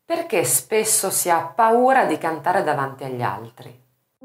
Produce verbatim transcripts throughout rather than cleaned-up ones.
Perché spesso si ha paura di cantare davanti agli altri?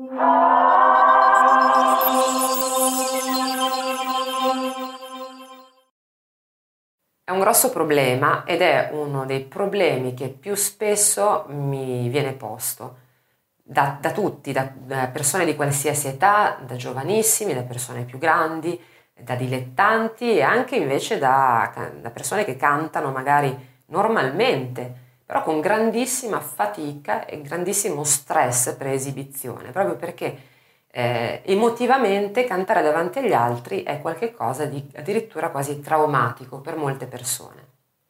È un grosso problema ed è uno dei problemi che più spesso mi viene posto da, da tutti, da, da persone di qualsiasi età, da giovanissimi, da persone più grandi, da dilettanti e anche invece da, da persone che cantano magari normalmente, però con grandissima fatica e grandissimo stress pre-esibizione, proprio perché eh, emotivamente cantare davanti agli altri è qualcosa di addirittura quasi traumatico per molte persone.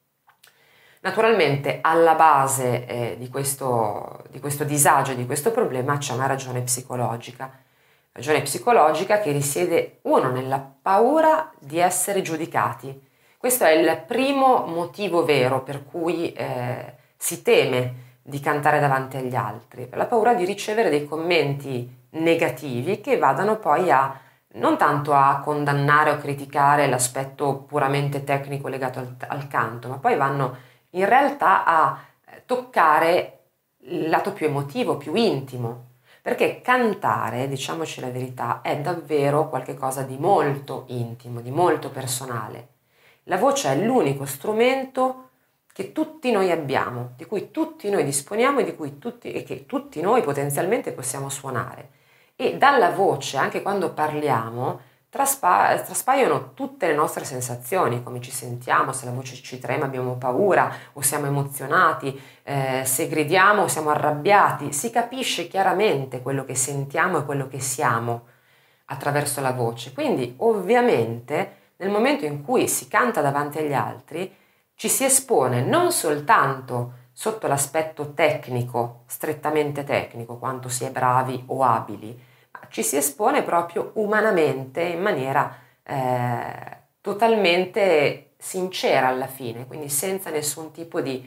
Naturalmente alla base eh, di, questo, di questo disagio, di questo problema c'è una ragione psicologica, ragione psicologica che risiede uno nella paura di essere giudicati. Questo è il primo motivo vero per cui eh, si teme di cantare davanti agli altri, per la paura di ricevere dei commenti negativi che vadano poi a non tanto a condannare o criticare l'aspetto puramente tecnico legato al, al canto, ma poi vanno in realtà a toccare il lato più emotivo, più intimo, perché cantare, diciamoci la verità, è davvero qualcosa di molto intimo, di molto personale. La voce è l'unico strumento che tutti noi abbiamo, di cui tutti noi disponiamo e, di cui tutti, e che tutti noi potenzialmente possiamo suonare. E dalla voce, anche quando parliamo, traspa- traspaiono tutte le nostre sensazioni, come ci sentiamo, se la voce ci trema abbiamo paura o siamo emozionati, eh, se gridiamo o siamo arrabbiati, si capisce chiaramente quello che sentiamo e quello che siamo attraverso la voce. Quindi ovviamente nel momento in cui si canta davanti agli altri ci si espone non soltanto sotto l'aspetto tecnico, strettamente tecnico, quanto si è bravi o abili, ma ci si espone proprio umanamente in maniera eh, totalmente sincera alla fine, quindi senza nessun tipo di,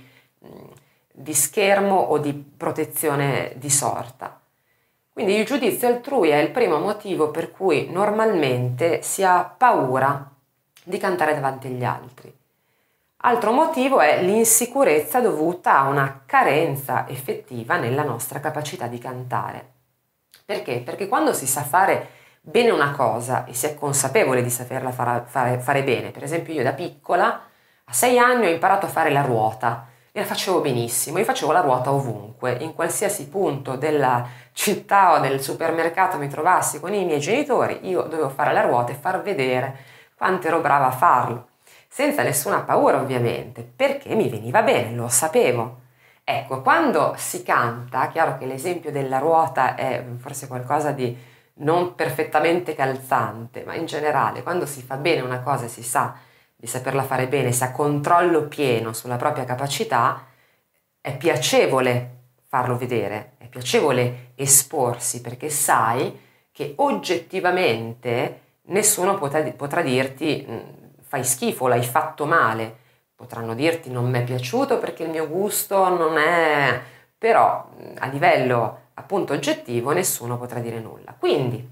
di schermo o di protezione di sorta. Quindi il giudizio altrui è il primo motivo per cui normalmente si ha paura di cantare davanti agli altri. Altro motivo è l'insicurezza dovuta a una carenza effettiva nella nostra capacità di cantare. Perché? Perché quando si sa fare bene una cosa e si è consapevole di saperla fare, fare, fare bene, per esempio io da piccola a sei anni ho imparato a fare la ruota e la facevo benissimo, io facevo la ruota ovunque, in qualsiasi punto della città o del supermercato mi trovassi con i miei genitori, io dovevo fare la ruota e far vedere quanto ero brava a farlo. Senza nessuna paura ovviamente, perché mi veniva bene, lo sapevo. Ecco, quando si canta, chiaro che l'esempio della ruota è forse qualcosa di non perfettamente calzante, ma in generale quando si fa bene una cosa e si sa di saperla fare bene, si ha controllo pieno sulla propria capacità, è piacevole farlo vedere, è piacevole esporsi perché sai che oggettivamente nessuno potrà, potrà dirti fai schifo, l'hai fatto male. Potranno dirti non mi è piaciuto perché il mio gusto non è... però a livello appunto oggettivo nessuno potrà dire nulla. Quindi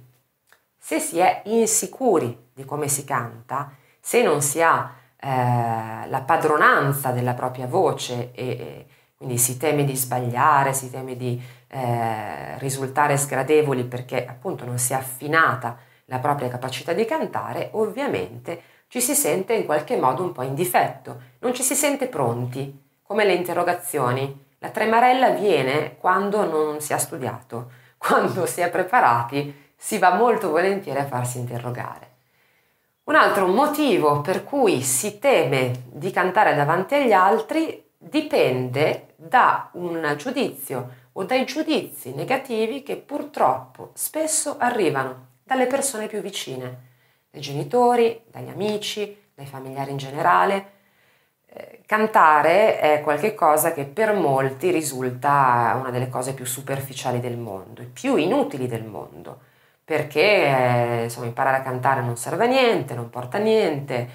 se si è insicuri di come si canta, se non si ha eh, la padronanza della propria voce e, e quindi si teme di sbagliare, si teme di eh, risultare sgradevoli perché appunto non si è affinata la propria capacità di cantare, ovviamente ci si sente in qualche modo un po' in difetto, non ci si sente pronti, come le interrogazioni. La tremarella viene quando non si ha studiato, quando si è preparati si va molto volentieri a farsi interrogare. Un altro motivo per cui si teme di cantare davanti agli altri dipende da un giudizio o dai giudizi negativi che purtroppo spesso arrivano dalle persone più vicine, dai genitori, dagli amici, dai familiari in generale. Eh, cantare è qualcosa che per molti risulta una delle cose più superficiali del mondo, e più inutili del mondo, perché eh, insomma, imparare a cantare non serve a niente, non porta a niente,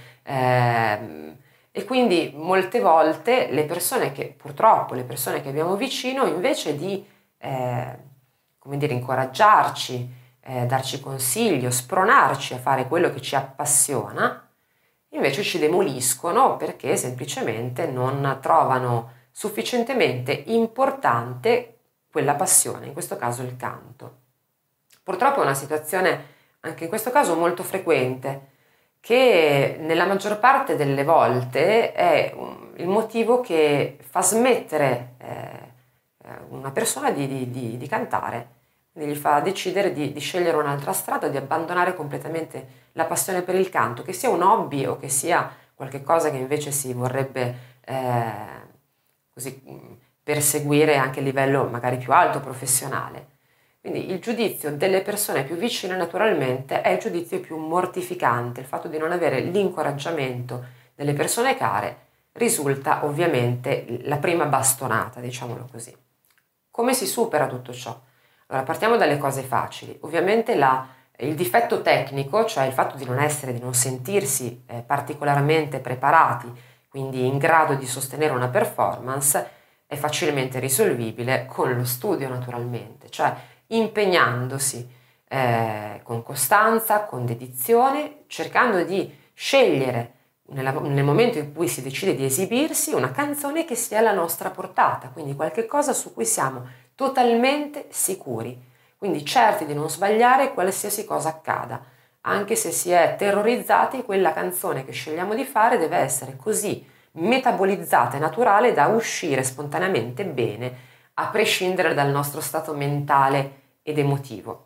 eh, e quindi molte volte le persone che, purtroppo, le persone che abbiamo vicino, invece di, eh, come dire, incoraggiarci, Eh, darci consiglio, spronarci a fare quello che ci appassiona, invece ci demoliscono perché semplicemente non trovano sufficientemente importante quella passione, in questo caso il canto. Purtroppo è una situazione anche in questo caso molto frequente, che nella maggior parte delle volte è il motivo che fa smettere eh, una persona di, di, di, di cantare, quindi gli fa decidere di, di scegliere un'altra strada, di abbandonare completamente la passione per il canto, che sia un hobby o che sia qualche cosa che invece si vorrebbe eh, così perseguire anche a livello magari più alto, professionale. Quindi il giudizio delle persone più vicine naturalmente è il giudizio più mortificante, il fatto di non avere l'incoraggiamento delle persone care risulta ovviamente la prima bastonata, diciamolo così. Come si supera tutto ciò? Allora partiamo dalle cose facili, ovviamente la, il difetto tecnico, cioè il fatto di non essere, di non sentirsi eh, particolarmente preparati, quindi in grado di sostenere una performance, è facilmente risolvibile con lo studio naturalmente, cioè impegnandosi eh, con costanza, con dedizione, cercando di scegliere nella, nel momento in cui si decide di esibirsi una canzone che sia alla nostra portata, quindi qualche cosa su cui siamo totalmente sicuri, quindi certi di non sbagliare qualsiasi cosa accada, anche se si è terrorizzati, quella canzone che scegliamo di fare deve essere così metabolizzata e naturale da uscire spontaneamente bene, a prescindere dal nostro stato mentale ed emotivo.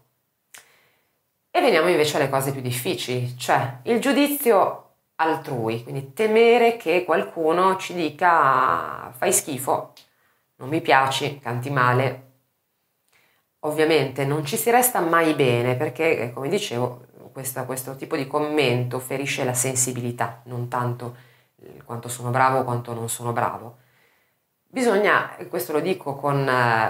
E veniamo invece alle cose più difficili, cioè il giudizio altrui, quindi temere che qualcuno ci dica fai schifo, non mi piaci, canti male. Ovviamente non ci si resta mai bene perché, come dicevo, questa, questo tipo di commento ferisce la sensibilità, non tanto quanto sono bravo quanto non sono bravo. Bisogna, e questo lo dico con, eh,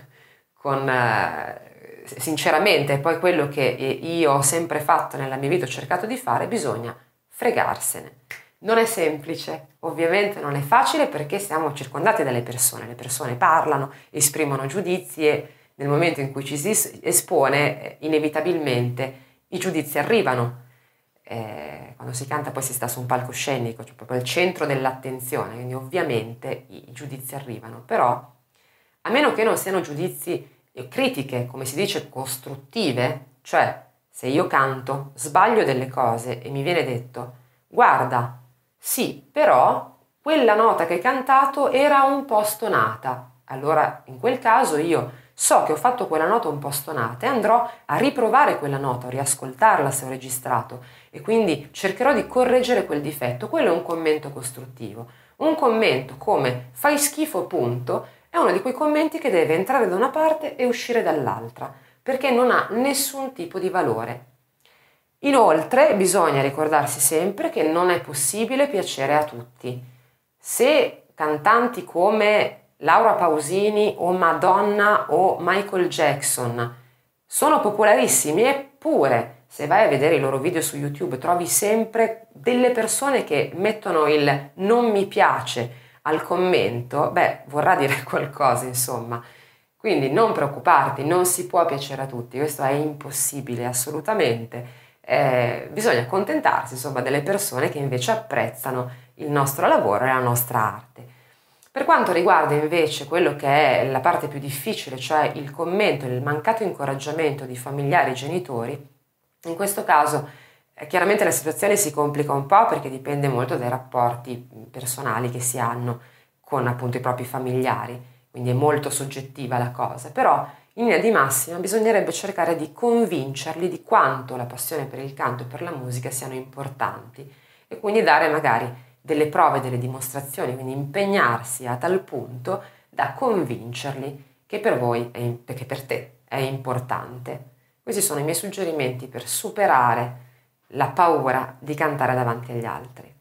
con eh, sinceramente, poi quello che io ho sempre fatto nella mia vita, ho cercato di fare, bisogna fregarsene. Non è semplice, ovviamente non è facile perché siamo circondati dalle persone, le persone parlano, esprimono giudizi e nel momento in cui ci si espone, inevitabilmente i giudizi arrivano. Eh, quando si canta poi si sta su un palcoscenico, cioè proprio al centro dell'attenzione, quindi ovviamente i, i giudizi arrivano, però a meno che non siano giudizi e critiche, come si dice, costruttive, cioè se io canto, sbaglio delle cose e mi viene detto guarda, sì, però quella nota che hai cantato era un po' stonata, allora in quel caso io so che ho fatto quella nota un po' stonata e andrò a riprovare quella nota, a riascoltarla se ho registrato e quindi cercherò di correggere quel difetto. Quello è un commento costruttivo. Un commento come fai schifo punto è uno di quei commenti che deve entrare da una parte e uscire dall'altra perché non ha nessun tipo di valore. Inoltre bisogna ricordarsi sempre che non è possibile piacere a tutti. Se cantanti come Laura Pausini o Madonna o Michael Jackson sono popolarissimi, eppure se vai a vedere i loro video su YouTube trovi sempre delle persone che mettono il non mi piace al commento, beh, vorrà dire qualcosa, insomma. Quindi non preoccuparti, non si può piacere a tutti, questo è impossibile assolutamente. Eh, bisogna accontentarsi, insomma, delle persone che invece apprezzano il nostro lavoro e la nostra arte. Per quanto riguarda invece quello che è la parte più difficile, cioè il commento, il mancato incoraggiamento di familiari e genitori, in questo caso eh, chiaramente la situazione si complica un po' perché dipende molto dai rapporti personali che si hanno con appunto i propri familiari, quindi è molto soggettiva la cosa, però in linea di massima bisognerebbe cercare di convincerli di quanto la passione per il canto e per la musica siano importanti e quindi dare magari delle prove, delle dimostrazioni, quindi impegnarsi a tal punto da convincerli che per voi, è, che per te è importante. Questi sono i miei suggerimenti per superare la paura di cantare davanti agli altri.